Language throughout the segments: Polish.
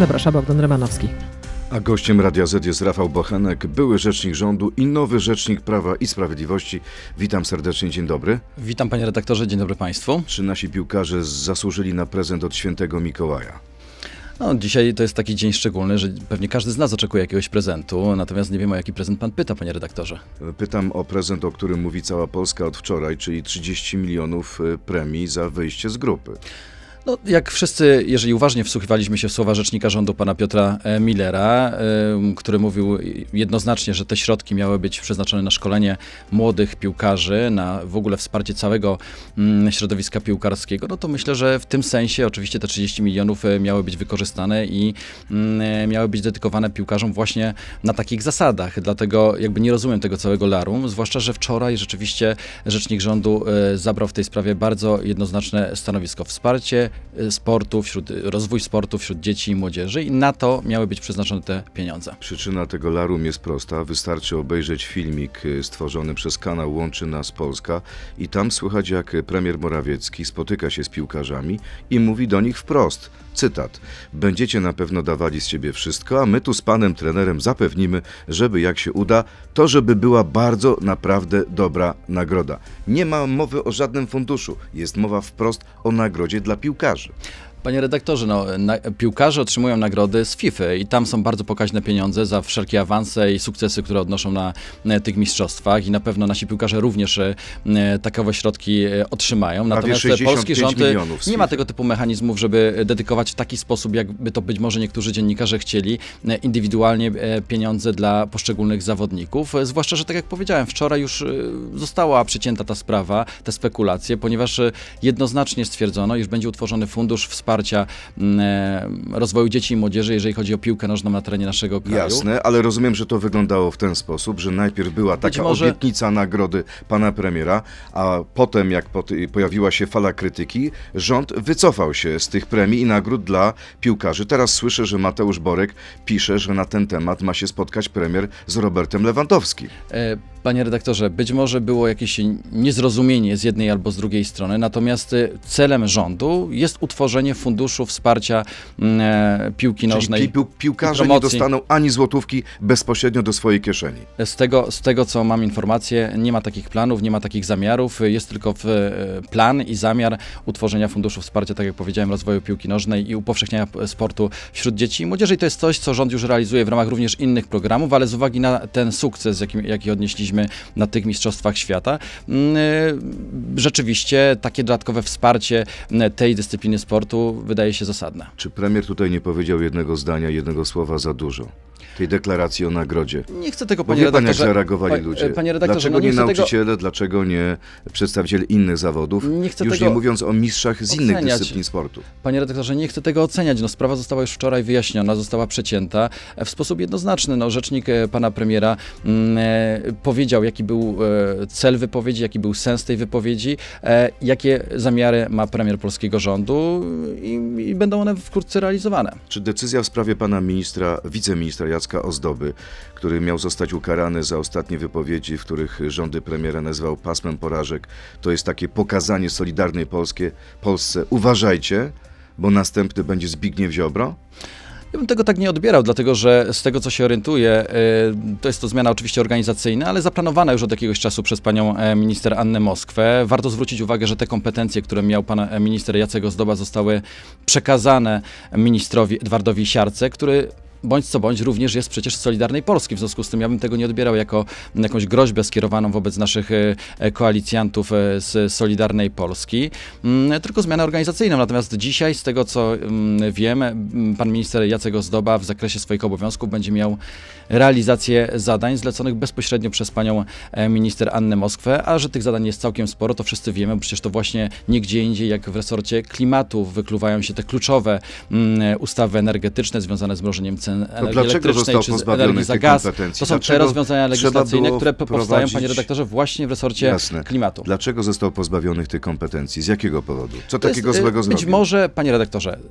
Zaprasza Bogdan Rymanowski. A gościem Radia Z jest Rafał Bochenek, były rzecznik rządu i nowy rzecznik Prawa i Sprawiedliwości. Witam serdecznie, dzień dobry. Witam panie redaktorze, dzień dobry państwu. Czy nasi piłkarze zasłużyli na prezent od świętego Mikołaja? No, dzisiaj to jest taki dzień szczególny, że pewnie każdy z nas oczekuje jakiegoś prezentu, natomiast nie wiem, o jaki prezent pan pyta, panie redaktorze. Pytam o prezent, o którym mówi cała Polska od wczoraj, czyli 30 milionów premii za wyjście z grupy. No, jak wszyscy, jeżeli uważnie wsłuchiwaliśmy się w słowa rzecznika rządu pana Piotra Millera, który mówił jednoznacznie, że te środki miały być przeznaczone na szkolenie młodych piłkarzy, na w ogóle wsparcie całego środowiska piłkarskiego, no to myślę, że w tym sensie oczywiście te 30 milionów miały być wykorzystane i miały być dedykowane piłkarzom właśnie na takich zasadach. Dlatego jakby nie rozumiem tego całego larum, zwłaszcza, że wczoraj rzeczywiście rzecznik rządu zabrał w tej sprawie bardzo jednoznaczne stanowisko. Wsparcie sportu, rozwój sportu wśród dzieci i młodzieży i na to miały być przeznaczone te pieniądze. Przyczyna tego larum jest prosta. Wystarczy obejrzeć filmik stworzony przez kanał Łączy Nas Polska i tam słychać, jak premier Morawiecki spotyka się z piłkarzami i mówi do nich wprost, cytat: będziecie na pewno dawali z siebie wszystko, a my tu z panem trenerem zapewnimy, żeby jak się uda, to żeby była bardzo naprawdę dobra nagroda. Nie ma mowy o żadnym funduszu, jest mowa wprost o nagrodzie dla piłkarzy. Panie redaktorze, piłkarze otrzymują nagrody z FIFA i tam są bardzo pokaźne pieniądze za wszelkie awanse i sukcesy, które odnoszą na tych mistrzostwach i na pewno nasi piłkarze również takowe środki otrzymają. Natomiast polski rząd nie ma tego typu mechanizmów, żeby dedykować w taki sposób, jakby to być może niektórzy dziennikarze chcieli, indywidualnie pieniądze dla poszczególnych zawodników. Zwłaszcza, że tak jak powiedziałem, wczoraj już została przycięta ta sprawa, te spekulacje, ponieważ jednoznacznie stwierdzono, iż będzie utworzony fundusz wsparcia rozwoju dzieci i młodzieży, jeżeli chodzi o piłkę nożną na terenie naszego kraju. Jasne, ale rozumiem, że to wyglądało w ten sposób, że najpierw była taka obietnica nagrody pana premiera, a potem, jak pojawiła się fala krytyki, rząd wycofał się z tych premii i nagród dla piłkarzy. Teraz słyszę, że Mateusz Borek pisze, że na ten temat ma się spotkać premier z Robertem Lewandowskim. Panie redaktorze, być może było jakieś niezrozumienie z jednej albo z drugiej strony, natomiast celem rządu jest utworzenie funduszu wsparcia piłki nożnej. Czyli piłkarze nie dostaną ani złotówki bezpośrednio do swojej kieszeni. Z tego, co mam informację, nie ma takich planów, nie ma takich zamiarów. Jest tylko plan i zamiar utworzenia funduszu wsparcia, tak jak powiedziałem, rozwoju piłki nożnej i upowszechniania sportu wśród dzieci i młodzieży. I to jest coś, co rząd już realizuje w ramach również innych programów, ale z uwagi na ten sukces, jaki odnieśliśmy na tych mistrzostwach świata, rzeczywiście takie dodatkowe wsparcie tej dyscypliny sportu wydaje się zasadne. Czy premier tutaj nie powiedział jednego zdania, jednego słowa za dużo? Tej deklaracji o nagrodzie. Nie chcę tego, panie redaktorze. Jak zareagowali ludzie? Panie redaktorze, dlaczego nie nauczyciele, dlaczego nie przedstawiciele innych zawodów? Nie mówiąc o mistrzach z innych dyscyplin sportu. Panie redaktorze, nie chcę tego oceniać. Sprawa została już wczoraj wyjaśniona, została przecięta w sposób jednoznaczny. Rzecznik pana premiera powiedział, jaki był cel wypowiedzi, jaki był sens tej wypowiedzi, jakie zamiary ma premier polskiego rządu i będą one wkrótce realizowane. Czy decyzja w sprawie pana wiceministra Jacka Ozdoby, który miał zostać ukarany za ostatnie wypowiedzi, w których rządy premiera nazywał pasmem porażek, to jest takie pokazanie Solidarnej Polsce? Uważajcie, bo następny będzie Zbigniew Ziobro? Ja bym tego tak nie odbierał, dlatego że z tego, co się orientuję, to jest to zmiana oczywiście organizacyjna, ale zaplanowana już od jakiegoś czasu przez panią minister Annę Moskwę. Warto zwrócić uwagę, że te kompetencje, które miał pan minister Jacek Ozdoba, zostały przekazane ministrowi Edwardowi Siarce, który bądź co bądź również jest przecież z Solidarnej Polski. W związku z tym ja bym tego nie odbierał jako jakąś groźbę skierowaną wobec naszych koalicjantów z Solidarnej Polski, tylko zmianę organizacyjną. Natomiast dzisiaj, z tego co wiem, pan minister Jacek Ozdoba w zakresie swoich obowiązków będzie miał realizację zadań zleconych bezpośrednio przez panią minister Annę Moskwę, a że tych zadań jest całkiem sporo, to wszyscy wiemy, bo przecież to właśnie nigdzie indziej jak w resorcie klimatu wykluwają się te kluczowe ustawy energetyczne związane z mrożeniem cen energii elektrycznej czy energii za gaz. To są te rozwiązania legislacyjne, które powstają, panie redaktorze, właśnie w resorcie klimatu. Dlaczego został pozbawionych tych kompetencji? Z jakiego powodu? Co takiego złego zrobił? Być może, panie redaktorze,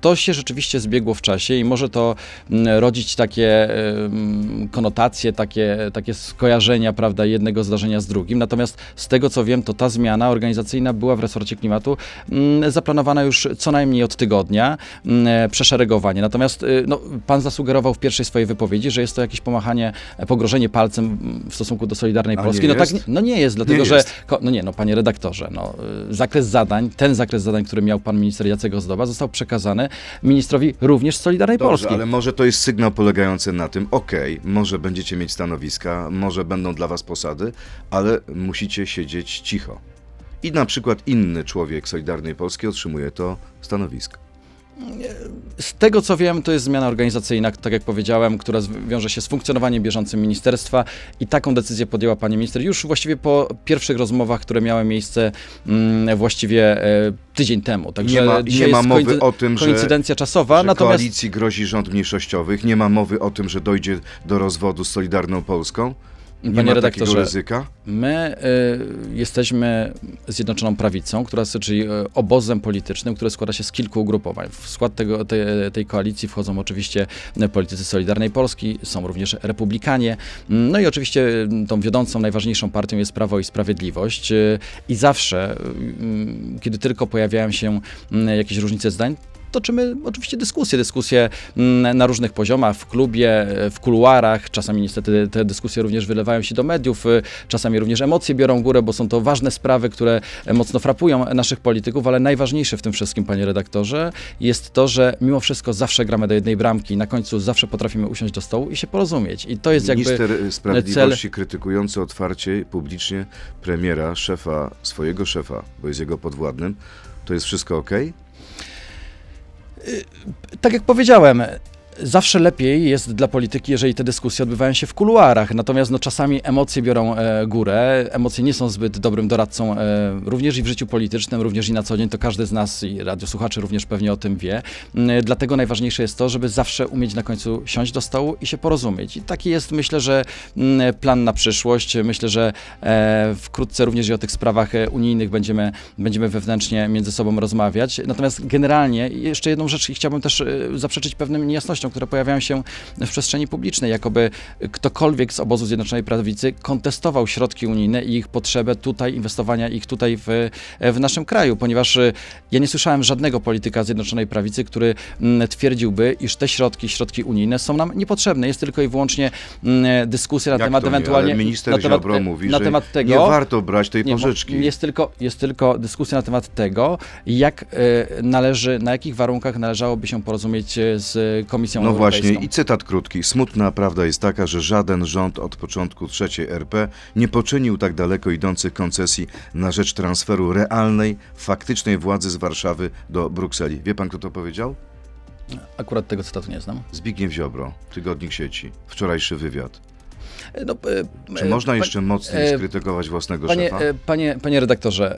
to się rzeczywiście zbiegło w czasie i może to rodzić takie konotacje, takie skojarzenia, prawda, jednego zdarzenia z drugim. Natomiast z tego, co wiem, to ta zmiana organizacyjna była w resorcie klimatu zaplanowana już co najmniej od tygodnia, przeszeregowanie. Natomiast no, pan zasugerował w pierwszej swojej wypowiedzi, że jest to jakieś pomachanie, pogrożenie palcem w stosunku do Solidarnej Polski. Nie no jest? tak, no nie jest, dlatego Nie że, jest. panie redaktorze, ten zakres zadań, który miał pan minister Jacek Ozdoba, został przekazany ministrowi również z Solidarnej Dobrze, Polski. ale może to jest sygnał polegający na tym, może będziecie mieć stanowiska, może będą dla was posady, ale musicie siedzieć cicho. I na przykład inny człowiek Solidarnej Polski otrzymuje to stanowisko. Z tego, co wiem, to jest zmiana organizacyjna, tak jak powiedziałem, która wiąże się z funkcjonowaniem bieżącym ministerstwa i taką decyzję podjęła pani minister już właściwie po pierwszych rozmowach, które miały miejsce właściwie tydzień temu. Także Nie ma mowy o tym, koincydencja czasowa. że Natomiast koalicji grozi rząd mniejszościowych, nie ma mowy o tym, że dojdzie do rozwodu z Solidarną Polską. Nie Panie ma redaktorze, takiego ryzyka? my jesteśmy Zjednoczoną Prawicą, czyli obozem politycznym, który składa się z kilku ugrupowań. W skład tej koalicji wchodzą oczywiście politycy Solidarnej Polski, są również republikanie, no i oczywiście tą wiodącą, najważniejszą partią jest Prawo i Sprawiedliwość i zawsze, kiedy tylko pojawiają się jakieś różnice zdań, toczymy oczywiście dyskusje na różnych poziomach, w klubie, w kuluarach, czasami niestety te dyskusje również wylewają się do mediów, czasami również emocje biorą górę, bo są to ważne sprawy, które mocno frapują naszych polityków, ale najważniejsze w tym wszystkim, panie redaktorze, jest to, że mimo wszystko zawsze gramy do jednej bramki, na końcu zawsze potrafimy usiąść do stołu i się porozumieć. I to jest Minister jakby Sprawiedliwości cel. krytykujący otwarcie publicznie premiera, swojego szefa, bo jest jego podwładnym, to jest wszystko okej? Tak jak powiedziałem, zawsze lepiej jest dla polityki, jeżeli te dyskusje odbywają się w kuluarach, natomiast czasami emocje biorą górę, emocje nie są zbyt dobrym doradcą również i w życiu politycznym, również i na co dzień, to każdy z nas i radiosłuchaczy również pewnie o tym wie. Dlatego najważniejsze jest to, żeby zawsze umieć na końcu siąść do stołu i się porozumieć. I taki jest, myślę, że plan na przyszłość. Myślę, że wkrótce również i o tych sprawach unijnych będziemy wewnętrznie między sobą rozmawiać. Natomiast generalnie jeszcze jedną rzecz chciałbym też zaprzeczyć pewnym niejasnościom, które pojawiają się w przestrzeni publicznej, jakoby ktokolwiek z obozu Zjednoczonej Prawicy kontestował środki unijne i ich potrzebę inwestowania ich tutaj w naszym kraju, ponieważ ja nie słyszałem żadnego polityka Zjednoczonej Prawicy, który twierdziłby, iż te środki unijne są nam niepotrzebne. Jest tylko i wyłącznie dyskusja na temat ewentualnie... Ale minister Ziobro mówi, na że temat tego, nie warto brać tej pożyczki. Jest tylko dyskusja na temat tego, na jakich warunkach należałoby się porozumieć z Komisją No Europejską. właśnie, i cytat krótki. Smutna prawda jest taka, że żaden rząd od początku III RP nie poczynił tak daleko idących koncesji na rzecz transferu realnej, faktycznej władzy z Warszawy do Brukseli. Wie pan, kto to powiedział? Akurat tego cytatu nie znam. Zbigniew Ziobro, Tygodnik Sieci, wczorajszy wywiad. Czy można jeszcze mocniej skrytykować własnego szefa? Panie redaktorze,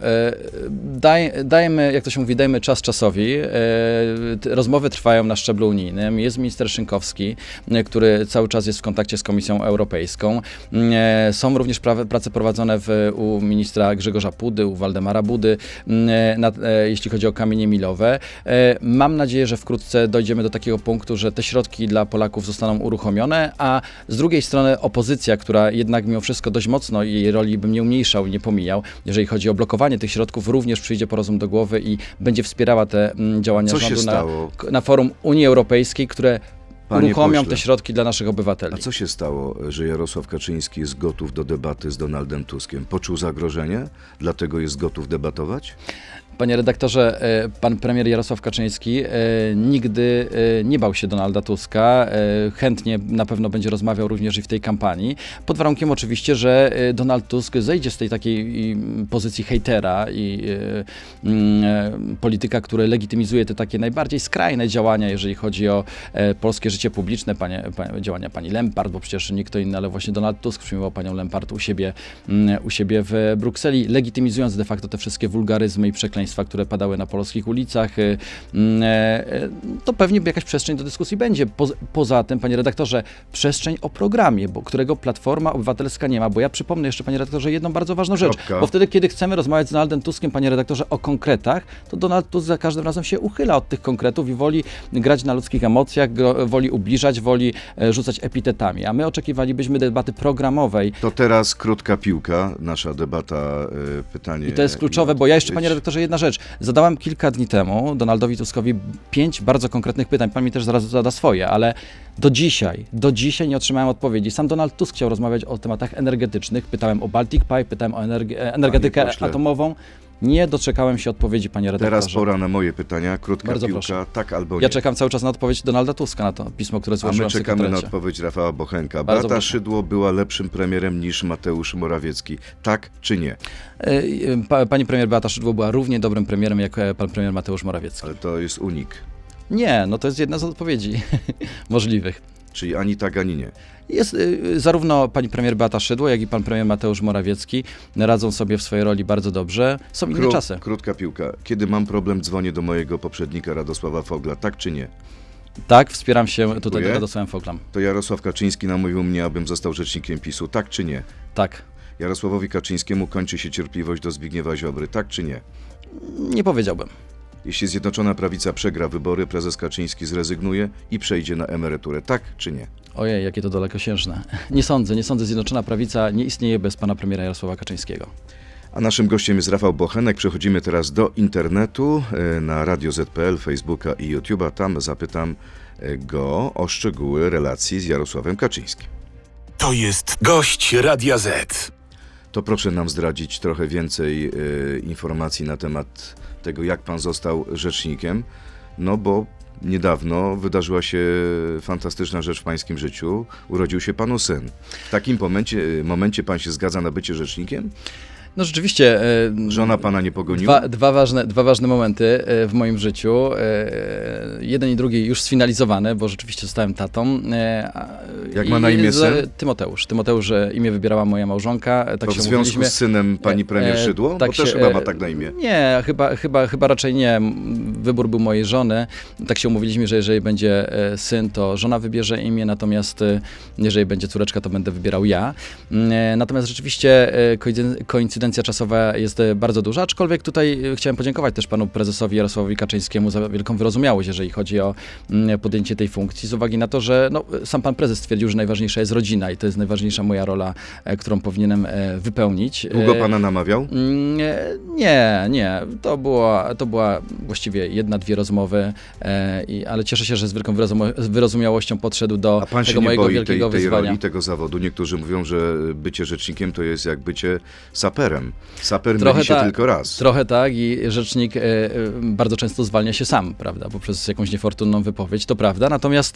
dajmy, jak to się mówi, dajmy czas czasowi. Rozmowy trwają na szczeblu unijnym. Jest minister Szynkowski, który cały czas jest w kontakcie z Komisją Europejską. Są również prace prowadzone u ministra Grzegorza Pudy, u Waldemara Budy, jeśli chodzi o kamienie milowe. Mam nadzieję, że wkrótce dojdziemy do takiego punktu, że te środki dla Polaków zostaną uruchomione, a z drugiej strony opozycja, która jednak mimo wszystko dość mocno jej roli bym nie umniejszał i nie pomijał, jeżeli chodzi o blokowanie tych środków, również przyjdzie po rozum do głowy i będzie wspierała te działania rządu na forum Unii Europejskiej, które uruchomią te środki dla naszych obywateli. A co się stało, że Jarosław Kaczyński jest gotów do debaty z Donaldem Tuskiem? Poczuł zagrożenie, dlatego jest gotów debatować? Panie redaktorze, pan premier Jarosław Kaczyński nigdy nie bał się Donalda Tuska. Chętnie na pewno będzie rozmawiał również i w tej kampanii. Pod warunkiem oczywiście, że Donald Tusk zejdzie z tej takiej pozycji hejtera i polityka, który legitymizuje te takie najbardziej skrajne działania, jeżeli chodzi o polskie życie życie publiczne, działania pani Lempart, bo przecież nie kto inny, ale właśnie Donald Tusk przyjmował panią Lempart u siebie w Brukseli, legitymizując de facto te wszystkie wulgaryzmy i przekleństwa, które padały na polskich ulicach. To pewnie jakaś przestrzeń do dyskusji będzie. Poza tym, panie redaktorze, przestrzeń o programie, którego Platforma Obywatelska nie ma, bo ja przypomnę jeszcze, panie redaktorze, jedną bardzo ważną rzecz, bo wtedy, kiedy chcemy rozmawiać z Donaldem Tuskiem, panie redaktorze, o konkretach, to Donald Tusk za każdym razem się uchyla od tych konkretów i woli grać na ludzkich emocjach, woli ubliżać, woli rzucać epitetami, a my oczekiwalibyśmy debaty programowej. To teraz krótka piłka, nasza debata, pytanie. I to jest kluczowe, bo ja jeszcze, panie redaktorze, jedna rzecz. Zadałem kilka dni temu Donaldowi Tuskowi 5 bardzo konkretnych pytań, pan mi też zaraz zada swoje, ale do dzisiaj nie otrzymałem odpowiedzi. Sam Donald Tusk chciał rozmawiać o tematach energetycznych, pytałem o Baltic Pipe, pytałem o energetykę atomową. Nie doczekałem się odpowiedzi, panie redaktorze. Teraz pora na moje pytania. Krótka Bardzo piłka, proszę. tak albo nie. Ja czekam cały czas na odpowiedź Donalda Tuska na to pismo, które złożyłem. A my w czekamy na sekretariacie. odpowiedź Rafała Bochenka. Bardzo Beata proszę. Szydło była lepszym premierem niż Mateusz Morawiecki. Tak czy nie? Pani premier Beata Szydło była równie dobrym premierem jak pan premier Mateusz Morawiecki. Ale to jest unik. Nie, no to jest jedna z odpowiedzi możliwych. Czyli ani tak, ani nie. Jest zarówno pani premier Beata Szydło, jak i pan premier Mateusz Morawiecki radzą sobie w swojej roli bardzo dobrze. Są inne czasy. Krótka piłka. Kiedy mam problem, dzwonię do mojego poprzednika Radosława Fogla. Tak czy nie? Tak, wspieram się tutaj Dziękuję. Radosławem Foglem. To Jarosław Kaczyński namówił mnie, abym został rzecznikiem PiS-u. Tak czy nie? Tak. Jarosławowi Kaczyńskiemu kończy się cierpliwość do Zbigniewa Ziobry. Tak czy nie? Nie powiedziałbym. Jeśli Zjednoczona Prawica przegra wybory, prezes Kaczyński zrezygnuje i przejdzie na emeryturę. Tak czy nie? Ojej, jakie to dalekosiężne. Nie sądzę. Zjednoczona Prawica nie istnieje bez pana premiera Jarosława Kaczyńskiego. A naszym gościem jest Rafał Bochenek. Przechodzimy teraz do internetu, na Radio Z.pl, Facebooka i YouTube'a. Tam zapytam go o szczegóły relacji z Jarosławem Kaczyńskim. To jest gość Radia Z. To proszę nam zdradzić trochę więcej informacji na temat tego, jak pan został rzecznikiem, no bo niedawno wydarzyła się fantastyczna rzecz w pańskim życiu. Urodził się panu syn. W takim momencie pan się zgadza na bycie rzecznikiem? No rzeczywiście. Żona pana nie pogoniła? Dwa ważne momenty w moim życiu. Jeden i drugi już sfinalizowane, bo rzeczywiście zostałem tatą. Jak ma na imię syn? Tymoteusz imię wybierała moja małżonka. Tak to się w związku z synem pani premier Szydło? Tak bo też chyba ma tak na imię. Nie, chyba raczej nie. Wybór był mojej żony. Tak się umówiliśmy, że jeżeli będzie syn, to żona wybierze imię, natomiast jeżeli będzie córeczka, to będę wybierał ja. Natomiast rzeczywiście koincydencja czasowa jest bardzo duża, aczkolwiek tutaj chciałem podziękować też panu prezesowi Jarosławowi Kaczyńskiemu za wielką wyrozumiałość, jeżeli chodzi o podjęcie tej funkcji, z uwagi na to, że sam pan prezes stwierdził, że najważniejsza jest rodzina i to jest najważniejsza moja rola, którą powinienem wypełnić. Długo pana namawiał? Nie. To była właściwie 1-2 rozmowy, ale cieszę się, że z wielką wyrozumiałością podszedł do tego mojego wielkiego tej wyzwania. roli, tego zawodu? Niektórzy mówią, że bycie rzecznikiem to jest jak bycie saperem. Saper Trochę myli się tylko raz. Trochę tak i rzecznik bardzo często zwalnia się sam, prawda, poprzez jakąś niefortunną wypowiedź, to prawda. Natomiast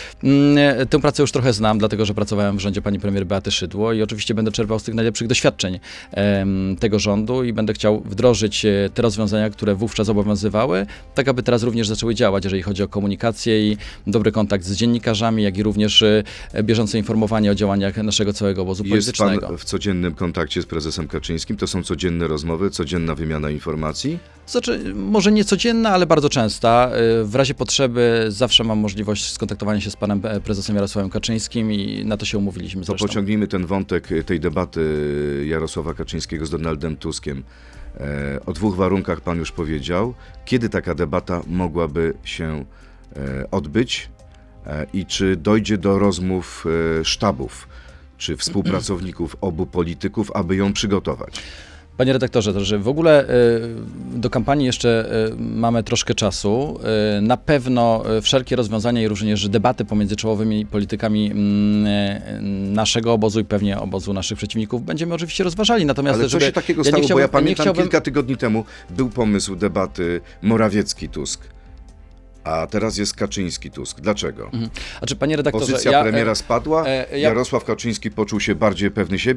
tę pracę już trochę znam, dlatego że pracowałem w rządzie pani premier Beaty Szydło i oczywiście będę czerpał z tych najlepszych doświadczeń tego rządu i będę chciał wdrożyć te rozwiązania, które wówczas obowiązywały, tak aby teraz również zaczęły działać, jeżeli chodzi o komunikację i dobry kontakt z dziennikarzami, jak i również bieżące informowanie o działaniach naszego całego obozu politycznego. Jest pan w codziennym kontakcie z prezesem Kaczyńskim? To są codzienne rozmowy, codzienna wymiana informacji? Znaczy, może nie codzienna, ale bardzo częsta. W razie potrzeby zawsze mam możliwość skontaktowania się z panem prezesem Jarosławem Kaczyńskim i na to się umówiliśmy To zresztą. pociągnijmy ten wątek tej debaty Jarosława Kaczyńskiego z Donaldem Tuskiem. O 2 warunkach pan już powiedział. Kiedy taka debata mogłaby się odbyć i czy dojdzie do rozmów sztabów czy współpracowników obu polityków, aby ją przygotować? Panie redaktorze, to że w ogóle do kampanii jeszcze mamy troszkę czasu. Na pewno wszelkie rozwiązania i również debaty pomiędzy czołowymi politykami naszego obozu i pewnie obozu naszych przeciwników będziemy oczywiście rozważali. Natomiast ale co się takiego stało? Bo ja pamiętam, kilka tygodni temu był pomysł debaty Morawiecki-Tusk. A teraz jest Kaczyński-Tusk. Dlaczego? Znaczy, panie redaktorze, Pozycja premiera spadła? Jarosław Kaczyński poczuł się bardziej pewny siebie?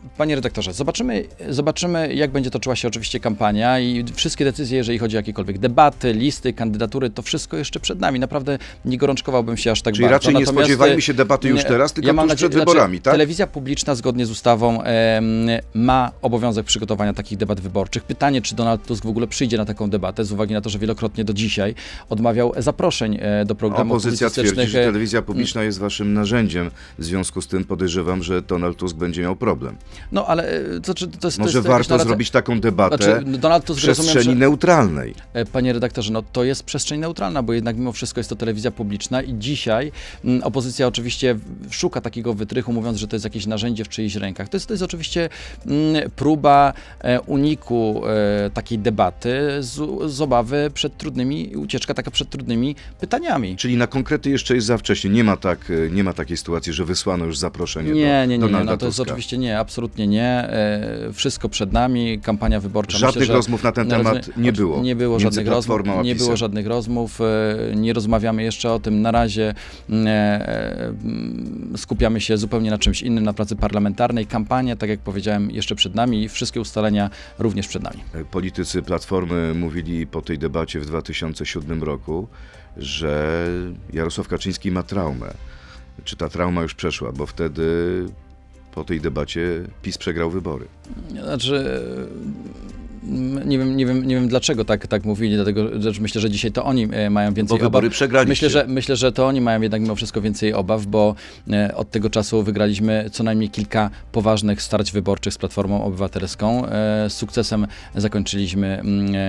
Panie redaktorze, zobaczymy, jak będzie toczyła się oczywiście kampania i wszystkie decyzje, jeżeli chodzi o jakiekolwiek debaty, listy, kandydatury, to wszystko jeszcze przed nami. Naprawdę nie gorączkowałbym się aż tak Czyli bardzo. raczej nie spodziewajmy się debaty już teraz, tylko tuż przed wyborami, tak? Telewizja publiczna zgodnie z ustawą ma obowiązek przygotowania takich debat wyborczych. Pytanie, czy Donald Tusk w ogóle przyjdzie na taką debatę, z uwagi na to, że wielokrotnie do dzisiaj odmawiał zaproszeń do programów Opozycja publicystycznych. twierdzi, że telewizja publiczna jest waszym narzędziem. W związku z tym podejrzewam, że Donald Tusk będzie miał problem. No ale to jest... Może warto zrobić taką debatę Donald Tusk, w przestrzeni neutralnej. Panie redaktorze, no to jest przestrzeń neutralna, bo jednak mimo wszystko jest to telewizja publiczna i dzisiaj opozycja oczywiście szuka takiego wytrychu, mówiąc, że to jest jakieś narzędzie w czyichś rękach. To jest oczywiście próba uniku takiej debaty z obawy przed trudnymi, ucieczka taka przed trudnymi pytaniami. Czyli na konkrety jeszcze jest za wcześnie. Nie ma takiej sytuacji, że wysłano już zaproszenie do Donalda no to Tuska. jest oczywiście nie, absolutnie nie. Wszystko przed nami, kampania wyborcza. Żadnych rozmów na ten temat nie było. Nie było żadnych rozmów, nie rozmawiamy jeszcze o tym. Na razie skupiamy się zupełnie na czymś innym, na pracy parlamentarnej. Kampania, tak jak powiedziałem, jeszcze przed nami i wszystkie ustalenia również przed nami. Politycy Platformy mówili po tej debacie w 2007 roku, że Jarosław Kaczyński ma traumę. Czy ta trauma już przeszła? Bo wtedy po tej debacie PiS przegrał wybory. Znaczy, nie wiem dlaczego tak mówili, dlatego że myślę, że dzisiaj to oni mają więcej obaw. Bo wybory przegraliście. Myślę, że to oni mają jednak mimo wszystko więcej obaw, bo od tego czasu wygraliśmy co najmniej kilka poważnych starć wyborczych z Platformą Obywatelską. Z sukcesem zakończyliśmy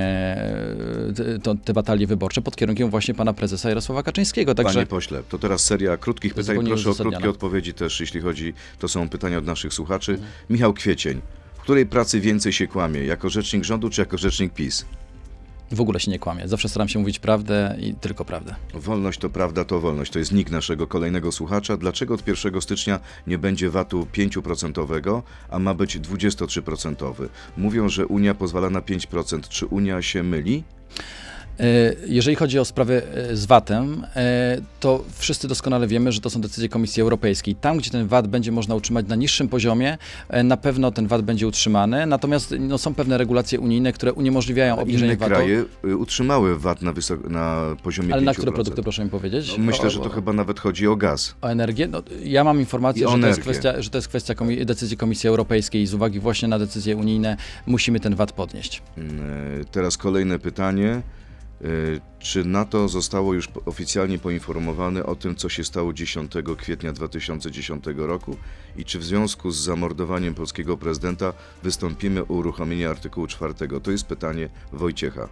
te batalie wyborcze pod kierunkiem właśnie pana prezesa Jarosława Kaczyńskiego. Także... Panie pośle, to teraz seria krótkich pytań. Proszę o krótkie odpowiedzi też, jeśli chodzi, to są pytania od naszych słuchaczy. Michał Kwiecień. W której pracy więcej się kłamie? Jako rzecznik rządu czy jako rzecznik PiS? W ogóle się nie kłamie. Zawsze staram się mówić prawdę i tylko prawdę. Wolność to prawda, to wolność. To jest nick naszego kolejnego słuchacza. Dlaczego od 1 stycznia nie będzie VAT-u 5%, a ma być 23%? Mówią, że Unia pozwala na 5%. Czy Unia się myli? Jeżeli chodzi o sprawę z VAT-em, to wszyscy doskonale wiemy, że to są decyzje Komisji Europejskiej. Tam, gdzie ten VAT będzie można utrzymać na niższym poziomie, na pewno ten VAT będzie utrzymany, natomiast są pewne regulacje unijne, które uniemożliwiają obniżenie VAT-u. Inne kraje utrzymały VAT na poziomie 5%. Ale na które produkty, proszę mi powiedzieć? No, myślę, że to chyba nawet chodzi o gaz. O energię? No, ja mam informację, że to jest kwestia decyzji Komisji Europejskiej i z uwagi właśnie na decyzje unijne musimy ten VAT podnieść. Teraz kolejne pytanie. Czy NATO zostało już oficjalnie poinformowane o tym, co się stało 10 kwietnia 2010 roku i czy w związku z zamordowaniem polskiego prezydenta wystąpimy o uruchomienie artykułu 4? To jest pytanie Wojciecha.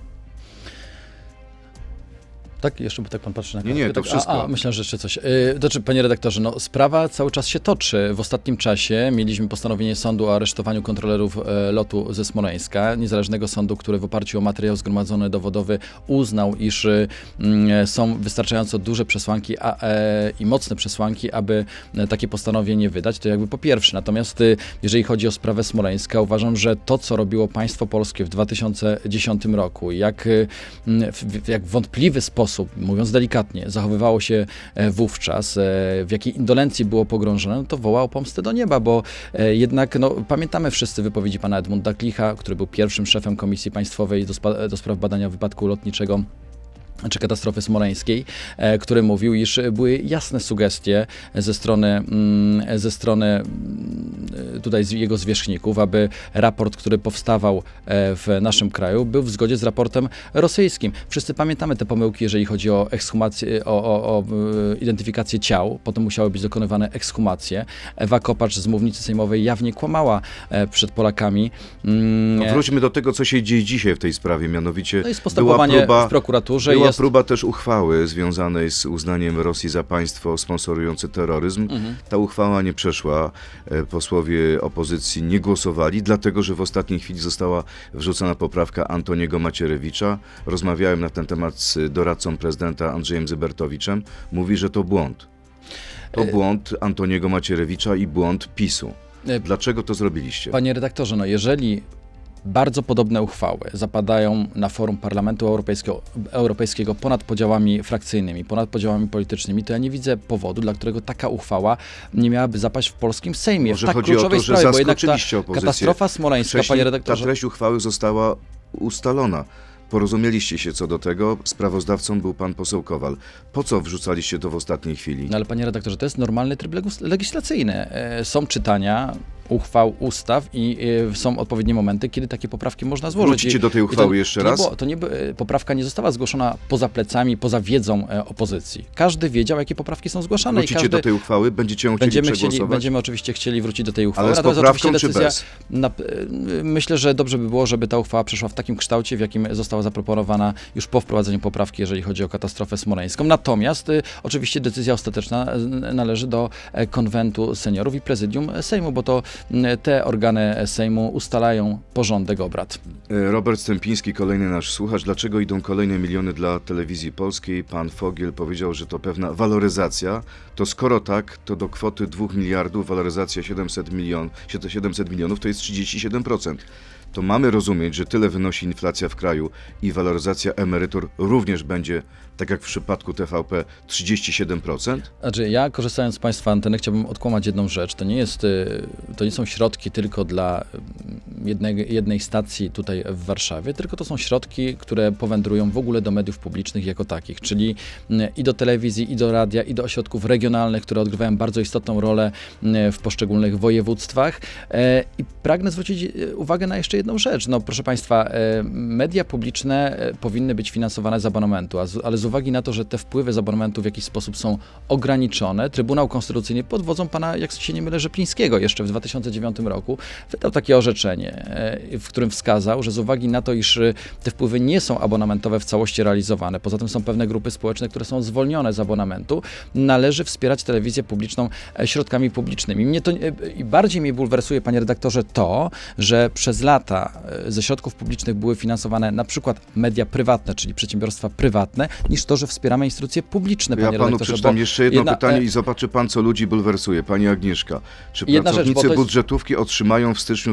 Tak? Jeszcze tak pan patrzy na kartę. Nie, to wszystko. Myślę, że jeszcze coś. Znaczy, panie redaktorze, sprawa cały czas się toczy. W ostatnim czasie mieliśmy postanowienie sądu o aresztowaniu kontrolerów lotu ze Smoleńska, niezależnego sądu, który w oparciu o materiał zgromadzony dowodowy uznał, iż są wystarczająco duże przesłanki i mocne przesłanki, aby takie postanowienie wydać. To jakby po pierwsze. Natomiast jeżeli chodzi o sprawę Smoleńska, uważam, że to, co robiło państwo polskie w 2010 roku, jak w wątpliwy sposób, mówiąc delikatnie, zachowywało się wówczas, w jakiej indolencji było pogrążone, to woła o pomstę do nieba, bo jednak pamiętamy wszyscy wypowiedzi pana Edmunda Klicha, który był pierwszym szefem Komisji Państwowej do spraw badania wypadku lotniczego czy katastrofy smoleńskiej, który mówił, iż były jasne sugestie ze strony tutaj jego zwierzchników, aby raport, który powstawał w naszym kraju, był w zgodzie z raportem rosyjskim. Wszyscy pamiętamy te pomyłki, jeżeli chodzi o ekshumację, o identyfikację ciał. Potem musiały być dokonywane ekshumacje. Ewa Kopacz z mównicy sejmowej jawnie kłamała przed Polakami. Wróćmy do tego, co się dzieje dzisiaj w tej sprawie, mianowicie jest postępowanie w prokuraturze. Była próba też uchwały związanej z uznaniem Rosji za państwo sponsorujące terroryzm. Ta uchwała nie przeszła. Posłowie opozycji nie głosowali, dlatego że w ostatniej chwili została wrzucona poprawka Antoniego Macierewicza. Rozmawiałem na ten temat z doradcą prezydenta Andrzejem Zybertowiczem. Mówi, że to błąd. To błąd Antoniego Macierewicza i błąd PiS-u. Dlaczego to zrobiliście? Panie redaktorze, jeżeli bardzo podobne uchwały zapadają na forum Parlamentu Europejskiego ponad podziałami frakcyjnymi, ponad podziałami politycznymi, to ja nie widzę powodu, dla którego taka uchwała nie miałaby zapaść w polskim Sejmie. Może w tak chodzi o kluczowej to, że sprawie, bo jednak ta zaskoczyliście opozycję. katastrofa smoleńska, Wcześniej panie redaktorze... ta treść uchwały została ustalona. Porozumieliście się co do tego, sprawozdawcą był pan poseł Kowal. Po co wrzucaliście to w ostatniej chwili? No ale panie redaktorze, to jest normalny tryb legislacyjny. Są czytania uchwał, ustaw i są odpowiednie momenty, kiedy takie poprawki można złożyć. Wrócicie do tej uchwały jeszcze raz? Poprawka nie została zgłoszona poza plecami, poza wiedzą opozycji. Każdy wiedział, jakie poprawki są zgłaszane. Wrócicie do tej uchwały? Będziecie ją chcieli przegłosować? Będziemy oczywiście chcieli wrócić do tej uchwały. Ale z poprawką czy bez? Myślę, że dobrze by było, żeby ta uchwała przeszła w takim kształcie, w jakim została zaproponowana już po wprowadzeniu poprawki, jeżeli chodzi o katastrofę smoleńską. Natomiast oczywiście decyzja ostateczna należy do Konwentu Seniorów i Prezydium Sejmu, bo to te organy Sejmu ustalają porządek obrad. Robert Stępiński, kolejny nasz słuchacz. Dlaczego idą kolejne miliony dla telewizji polskiej? Pan Fogiel powiedział, że to pewna waloryzacja. To skoro tak, to do kwoty 2 miliardów waloryzacja 700 milionów to jest 37%. To mamy rozumieć, że tyle wynosi inflacja w kraju i waloryzacja emerytur również będzie, tak jak w przypadku TVP, 37%? Znaczy, ja korzystając z państwa anteny chciałbym odkłamać jedną rzecz. To nie są środki tylko dla jednej stacji tutaj w Warszawie, tylko to są środki, które powędrują w ogóle do mediów publicznych jako takich, czyli i do telewizji, i do radia, i do ośrodków regionalnych, które odgrywają bardzo istotną rolę w poszczególnych województwach. I pragnę zwrócić uwagę na jeszcze jedną rzecz. No, proszę państwa, media publiczne powinny być finansowane z abonamentu, ale z uwagi na to, że te wpływy z abonamentu w jakiś sposób są ograniczone, Trybunał Konstytucyjny pod wodzą pana, jak się nie mylę, Rzeplińskiego jeszcze w 2009 roku wydał takie orzeczenie, w którym wskazał, że z uwagi na to, iż te wpływy nie są abonamentowe w całości realizowane, poza tym są pewne grupy społeczne, które są zwolnione z abonamentu, należy wspierać telewizję publiczną środkami publicznymi. I bardziej mnie bulwersuje, panie redaktorze, to, że przez lata ze środków publicznych były finansowane na przykład media prywatne, czyli przedsiębiorstwa prywatne, niż to, że wspieramy instytucje publiczne, panie redaktorze. Ja panu przeczytam jeszcze jedno pytanie i zobaczy pan, co ludzi bulwersuje. Pani Agnieszka, czy pracownicy budżetówki otrzymają w styczniu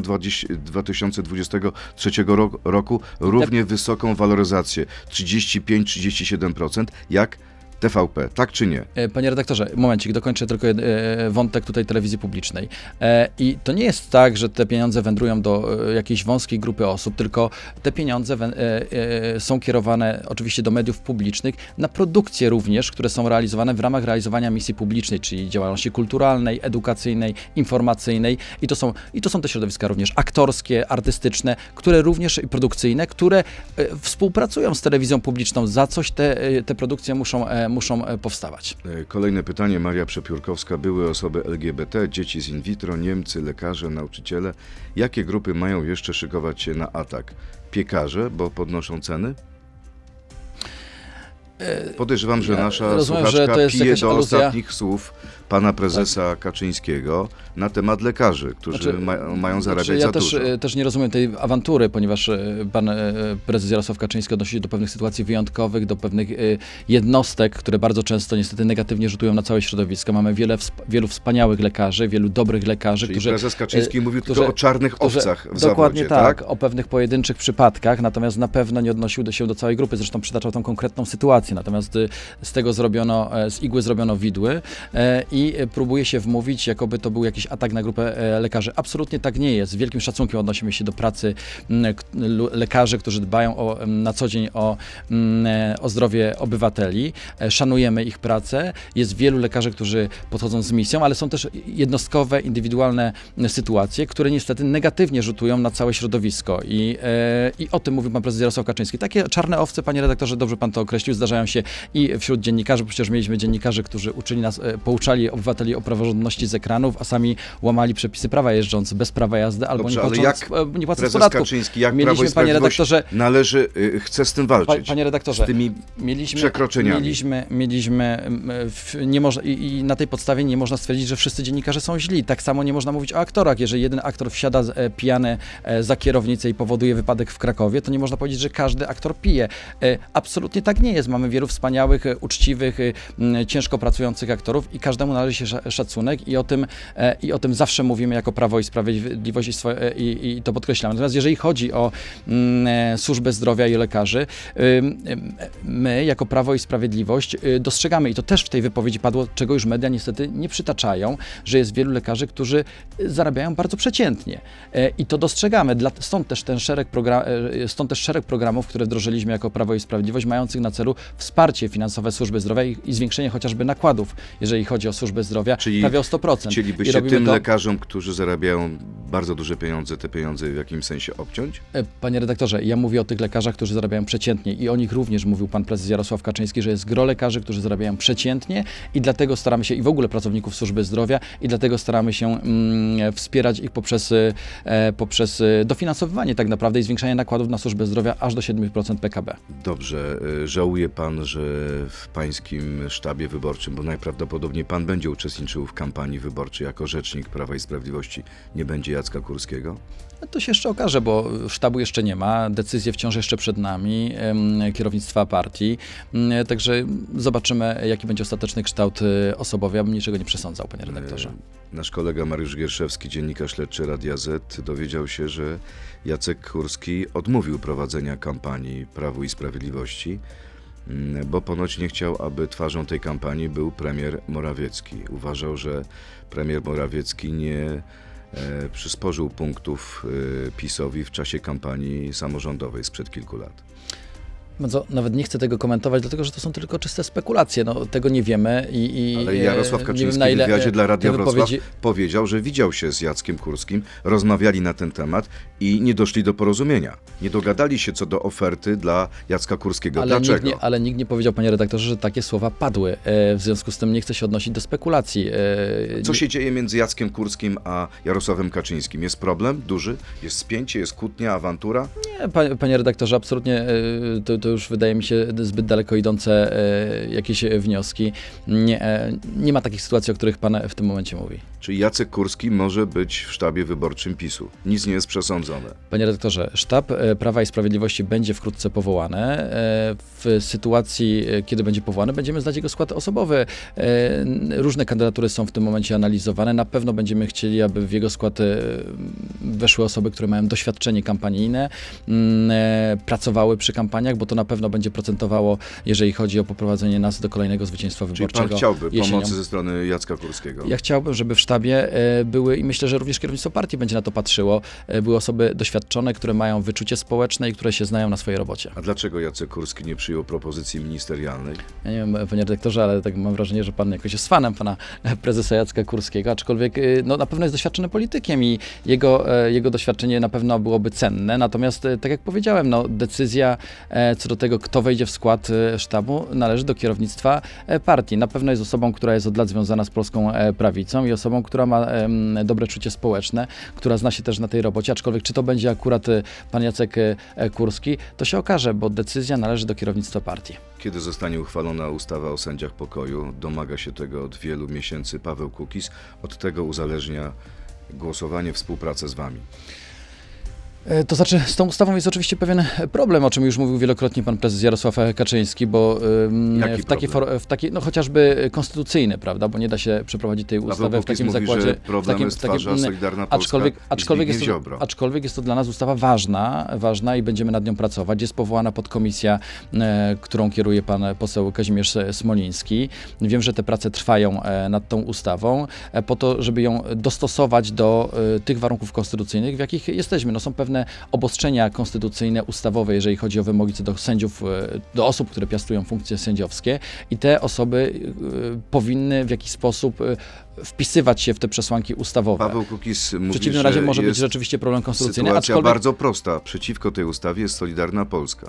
2023 roku równie wysoką waloryzację 35-37% jak TVP, tak czy nie? Panie redaktorze, momencik, dokończę tylko wątek tutaj telewizji publicznej. I to nie jest tak, że te pieniądze wędrują do jakiejś wąskiej grupy osób, tylko te pieniądze są kierowane oczywiście do mediów publicznych, na produkcje również, które są realizowane w ramach realizowania misji publicznej, czyli działalności kulturalnej, edukacyjnej, informacyjnej. I to są te środowiska również aktorskie, artystyczne, które również i produkcyjne, które współpracują z telewizją publiczną. Za coś te produkcje muszą powstawać. Kolejne pytanie, Maria Przepiórkowska. Były osoby LGBT, dzieci z in vitro, Niemcy, lekarze, nauczyciele. Jakie grupy mają jeszcze szykować się na atak? Piekarze, bo podnoszą ceny? Podejrzewam, że nasza słuchaczka pije do ostatnich słów pana prezesa Kaczyńskiego na temat lekarzy, którzy mają zarabiać za dużo. Ja też nie rozumiem tej awantury, ponieważ pan prezes Jarosław Kaczyński odnosi się do pewnych sytuacji wyjątkowych, do pewnych jednostek, które bardzo często niestety negatywnie rzutują na całe środowisko. Mamy wielu wspaniałych lekarzy, wielu dobrych lekarzy, Czyli prezes Kaczyński mówił tylko o czarnych owcach w dokładnie zawodzie, tak, o pewnych pojedynczych przypadkach, natomiast na pewno nie odnosił się do całej grupy, zresztą przytaczał tą konkretną sytuację, natomiast z tego z igły zrobiono widły i próbuje się wmówić, jakoby to był jakiś atak na grupę lekarzy. Absolutnie tak nie jest. Z wielkim szacunkiem odnosimy się do pracy lekarzy, którzy dbają na co dzień o zdrowie obywateli. Szanujemy ich pracę. Jest wielu lekarzy, którzy podchodzą z misją, ale są też jednostkowe, indywidualne sytuacje, które niestety negatywnie rzutują na całe środowisko. I o tym mówił pan prezes Jarosław Kaczyński. Takie czarne owce, panie redaktorze, dobrze pan to określił, zdarzają się i wśród dziennikarzy, bo przecież mieliśmy dziennikarzy, którzy pouczali obywateli o praworządności z ekranów, a sami łamali przepisy prawa jeżdżąc bez prawa jazdy albo nie płacąc podatków. Kaczyński, jak Prawo i Sprawiedliwość chce z tym walczyć? Panie redaktorze, z tymi przekroczeniami. Nie można, i na tej podstawie nie można stwierdzić, że wszyscy dziennikarze są źli. Tak samo nie można mówić o aktorach. Jeżeli jeden aktor wsiada pijany za kierownicę i powoduje wypadek w Krakowie, to nie można powiedzieć, że każdy aktor pije. Absolutnie tak nie jest. Mamy mamy wielu wspaniałych, uczciwych, ciężko pracujących aktorów i każdemu należy się szacunek i o tym zawsze mówimy jako Prawo i Sprawiedliwość i to podkreślamy. Natomiast jeżeli chodzi o służbę zdrowia i lekarzy, my jako Prawo i Sprawiedliwość dostrzegamy, i to też w tej wypowiedzi padło, czego już media niestety nie przytaczają, że jest wielu lekarzy, którzy zarabiają bardzo przeciętnie. I to dostrzegamy. Stąd też szereg programów, które wdrożyliśmy jako Prawo i Sprawiedliwość, mających na celu wsparcie finansowe służby zdrowia i zwiększenie chociażby nakładów, jeżeli chodzi o służbę zdrowia, prawie o 100%. Chcielibyście tym lekarzom, którzy zarabiają bardzo duże pieniądze, te pieniądze w jakimś sensie obciąć? Panie redaktorze, ja mówię o tych lekarzach, którzy zarabiają przeciętnie i o nich również mówił pan prezes Jarosław Kaczyński, że jest gro lekarzy, którzy zarabiają przeciętnie i dlatego staramy się, i w ogóle pracowników służby zdrowia, i dlatego staramy się wspierać ich poprzez dofinansowywanie tak naprawdę i zwiększanie nakładów na służbę zdrowia aż do 7% PKB. Dobrze. Żałuje pan, że w pańskim sztabie wyborczym, bo najprawdopodobniej pan będzie uczestniczył w kampanii wyborczej jako rzecznik Prawa i Sprawiedliwości, nie będzie Jacka Kurskiego? To się jeszcze okaże, bo sztabu jeszcze nie ma, decyzje wciąż jeszcze przed nami, kierownictwa partii, także zobaczymy, jaki będzie ostateczny kształt osobowy. Ja bym niczego nie przesądzał, panie redaktorze. Nasz kolega Mariusz Gierszewski, dziennikarz śledczy Radia Z, dowiedział się, że Jacek Kurski odmówił prowadzenia kampanii Prawu i Sprawiedliwości, bo ponoć nie chciał, aby twarzą tej kampanii był premier Morawiecki. Uważał, że premier Morawiecki nie przysporzył punktów PiS-owi w czasie kampanii samorządowej sprzed kilku lat. Nawet nie chcę tego komentować, dlatego że to są tylko czyste spekulacje. Tego nie wiemy. Ale Jarosław Kaczyński w wywiadzie dla Radia Wrocław powiedział, że widział się z Jackiem Kurskim, rozmawiali na ten temat i nie doszli do porozumienia. Nie dogadali się co do oferty dla Jacka Kurskiego. Dlaczego? Ale nikt nie powiedział, panie redaktorze, że takie słowa padły. W związku z tym nie chcę się odnosić do spekulacji. Co się dzieje między Jackiem Kurskim a Jarosławem Kaczyńskim? Jest problem duży? Jest spięcie? Jest kłótnia? Awantura? Nie, panie redaktorze, absolutnie to już wydaje mi się zbyt daleko idące jakieś wnioski. Nie ma takich sytuacji, o których pan w tym momencie mówi. Czyli Jacek Kurski może być w sztabie wyborczym PiS-u. Nic nie jest przesądzone. Panie redaktorze, sztab Prawa i Sprawiedliwości będzie wkrótce powołany. W sytuacji, kiedy będzie powołany, będziemy znać jego skład osobowy. Różne kandydatury są w tym momencie analizowane. Na pewno będziemy chcieli, aby w jego skład weszły osoby, które mają doświadczenie kampanijne, pracowały przy kampaniach, bo to na pewno będzie procentowało, jeżeli chodzi o poprowadzenie nas do kolejnego zwycięstwa wyborczego. Czyli pan chciałby pomocy ze strony Jacka Kurskiego? Ja chciałbym, żeby w sztabie były, i myślę, że również kierownictwo partii będzie na to patrzyło, były osoby doświadczone, które mają wyczucie społeczne i które się znają na swojej robocie. A dlaczego Jacek Kurski nie przyjął propozycji ministerialnej? Ja nie wiem, panie redaktorze, ale tak mam wrażenie, że pan jakoś jest fanem pana prezesa Jacka Kurskiego, aczkolwiek na pewno jest doświadczony politykiem i jego doświadczenie na pewno byłoby cenne. Natomiast, tak jak powiedziałem, decyzja co do tego, kto wejdzie w skład sztabu, należy do kierownictwa partii. Na pewno jest osobą, która jest od lat związana z polską prawicą i osobą, która ma dobre czucie społeczne, która zna się też na tej robocie, aczkolwiek czy to będzie akurat pan Jacek Kurski, to się okaże, bo decyzja należy do kierownictwa partii. Kiedy zostanie uchwalona ustawa o sędziach pokoju, domaga się tego od wielu miesięcy Paweł Kukiz, od tego uzależnia głosowanie, współpracę z wami. To znaczy, z tą ustawą jest oczywiście pewien problem, o czym już mówił wielokrotnie pan prezes Jarosław Kaczyński, bo chociażby konstytucyjny, prawda, bo nie da się przeprowadzić tej ustawy w takim zakładzie. Że problem stwarza Solidarna Polska, aczkolwiek jest to dla nas ustawa ważna i będziemy nad nią pracować. Jest powołana podkomisja, którą kieruje pan poseł Kazimierz Smoliński. Wiem, że te prace trwają nad tą ustawą po to, żeby ją dostosować do tych warunków konstytucyjnych, w jakich jesteśmy. Są pewne obostrzenia konstytucyjne, ustawowe, jeżeli chodzi o wymogi co do sędziów, do osób, które piastują funkcje sędziowskie i te osoby powinny w jakiś sposób wpisywać się w te przesłanki ustawowe. Paweł Kukiz mówi, w przeciwnym razie może być rzeczywiście problem konstytucyjny. Sytuacja bardzo prosta. Przeciwko tej ustawie jest Solidarna Polska.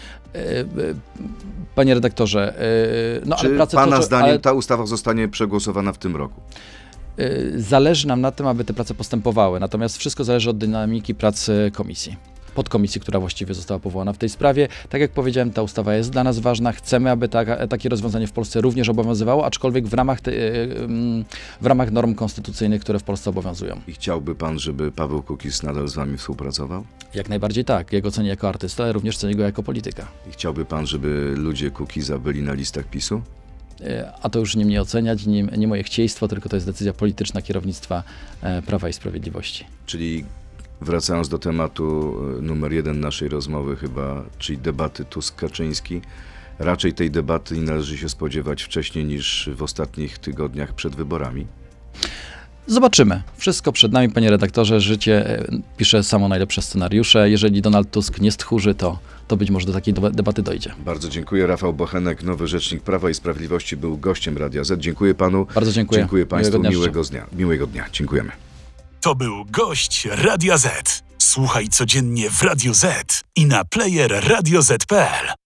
Panie redaktorze, czy ale pana zdaniem ta ustawa zostanie przegłosowana w tym roku? Zależy nam na tym, aby te prace postępowały, natomiast wszystko zależy od dynamiki prac komisji. podkomisji, która właściwie została powołana w tej sprawie. Tak jak powiedziałem, ta ustawa jest dla nas ważna. Chcemy, aby takie rozwiązanie w Polsce również obowiązywało, aczkolwiek w ramach norm konstytucyjnych, które w Polsce obowiązują. I chciałby pan, żeby Paweł Kukiz nadal z wami współpracował? Jak najbardziej tak. Jego cenię jako artysta, ale również cenię go jako polityka. I chciałby pan, żeby ludzie Kukiza byli na listach PiS-u? A to już nie mnie oceniać, nie moje chcieństwo, tylko to jest decyzja polityczna kierownictwa Prawa i Sprawiedliwości. Czyli wracając do tematu numer 1 naszej rozmowy chyba, czyli debaty Tusk-Kaczyński, raczej tej debaty nie należy się spodziewać wcześniej niż w ostatnich tygodniach przed wyborami. Zobaczymy. Wszystko przed nami, panie redaktorze. Życie pisze samo najlepsze scenariusze. Jeżeli Donald Tusk nie stchórzy, to być może do takiej debaty dojdzie. Bardzo dziękuję. Rafał Bochenek, nowy rzecznik Prawa i Sprawiedliwości, był gościem Radia Z. Dziękuję panu. Bardzo dziękuję. Dziękuję państwu. Miłego dnia. Miłego dnia. Dziękujemy. To był gość Radia Z. Słuchaj codziennie w Radio Z i na player radioz.pl.